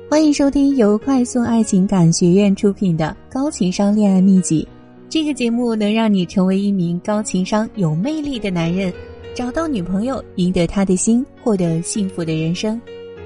欢迎收听由快速爱情感学院出品的高情商恋爱秘籍。这个节目能让你成为一名高情商有魅力的男人，找到女朋友，赢得她的心，获得幸福的人生。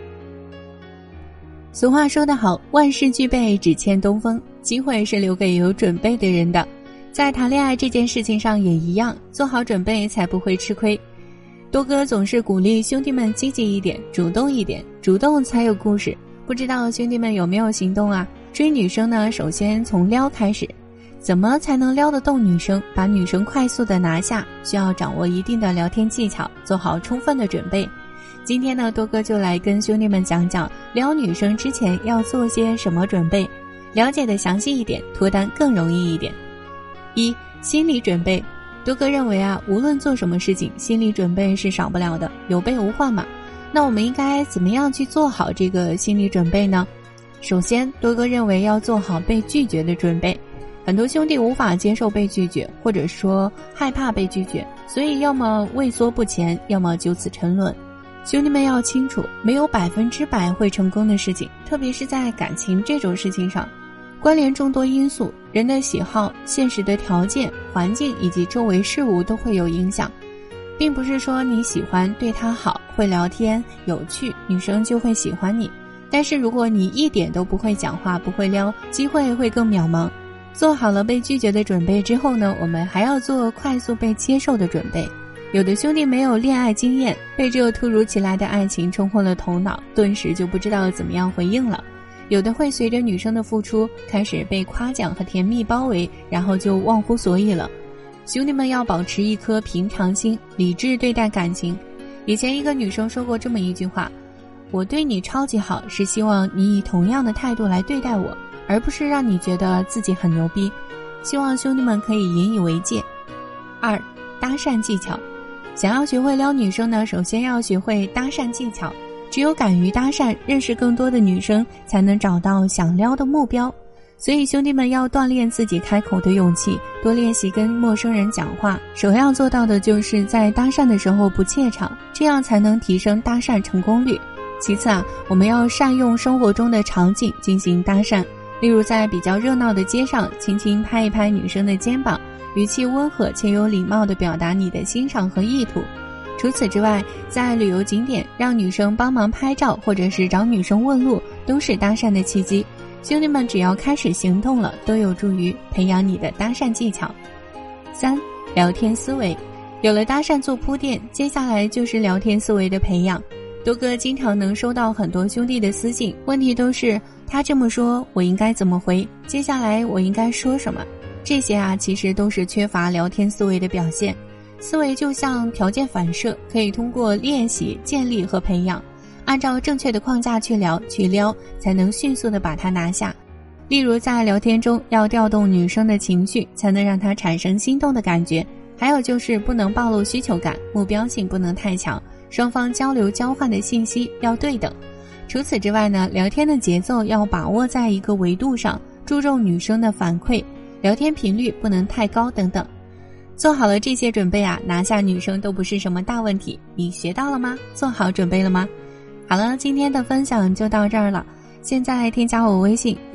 俗话说得好，万事俱备，只欠东风。机会是留给有准备的人的。在谈恋爱这件事情上也一样，做好准备才不会吃亏。多哥总是鼓励兄弟们积极一点，主动一点，主动才有故事。不知道兄弟们有没有行动啊？追女生呢，首先从撩开始。怎么才能撩得动女生，把女生快速的拿下？需要掌握一定的聊天技巧，做好充分的准备。今天呢，多哥就来跟兄弟们讲讲撩女生之前要做些什么准备，了解的详细一点，脱单更容易一点。一、心理准备。多哥认为啊，无论做什么事情，心理准备是少不了的，有备无患嘛。那我们应该怎么样去做好这个心理准备呢？首先，多哥认为要做好被拒绝的准备。很多兄弟无法接受被拒绝，或者说害怕被拒绝，所以要么畏缩不前，要么就此沉沦。兄弟们要清楚，没有100%会成功的事情，特别是在感情这种事情上，关联众多因素，人的喜好、现实的条件、环境以及周围事物都会有影响。并不是说你喜欢对他好，会聊天有趣，女生就会喜欢你。但是如果你一点都不会讲话，不会撩，机会会更渺茫。做好了被拒绝的准备之后呢，我们还要做快速被接受的准备。有的兄弟没有恋爱经验，被这突如其来的爱情冲昏了头脑，顿时就不知道怎么样回应了。有的会随着女生的付出，开始被夸奖和甜蜜包围，然后就忘乎所以了。兄弟们要保持一颗平常心，理智对待感情。以前一个女生说过这么一句话：我对你超级好，是希望你以同样的态度来对待我，而不是让你觉得自己很牛逼。希望兄弟们可以引以为戒。二、搭讪技巧。想要学会撩女生呢，首先要学会搭讪技巧。只有敢于搭讪，认识更多的女生，才能找到想撩的目标。所以兄弟们要锻炼自己开口的勇气，多练习跟陌生人讲话。首要做到的就是在搭讪的时候不怯场，这样才能提升搭讪成功率。其次啊，我们要善用生活中的场景进行搭讪，例如在比较热闹的街上，轻轻拍一拍女生的肩膀，语气温和且有礼貌地表达你的欣赏和意图。除此之外，在旅游景点让女生帮忙拍照，或者是找女生问路，都是搭讪的契机。兄弟们只要开始行动了，都有助于培养你的搭讪技巧。三、聊天思维。有了搭讪做铺垫，接下来就是聊天思维的培养。多哥经常能收到很多兄弟的私信，问题都是他这么说，我应该怎么回？接下来我应该说什么？这些啊，其实都是缺乏聊天思维的表现。思维就像条件反射，可以通过练习建立和培养。按照正确的框架去聊去撩，才能迅速地把它拿下。例如在聊天中要调动女生的情绪，才能让她产生心动的感觉。还有就是不能暴露需求感，目标性不能太强，双方交流交换的信息要对等。除此之外呢，聊天的节奏要把握在一个维度上，注重女生的反馈，聊天频率不能太高等等。做好了这些准备啊，拿下女生都不是什么大问题。你学到了吗？做好准备了吗？好了，今天的分享就到这儿了。现在添加我微信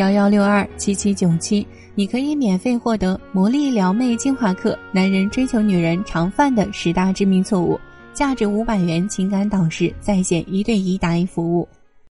11627797，你可以免费获得魔力撩妹精华课，男人追求女人常犯的10大致命错误，价值500元情感导师，在线1对1答疑服务。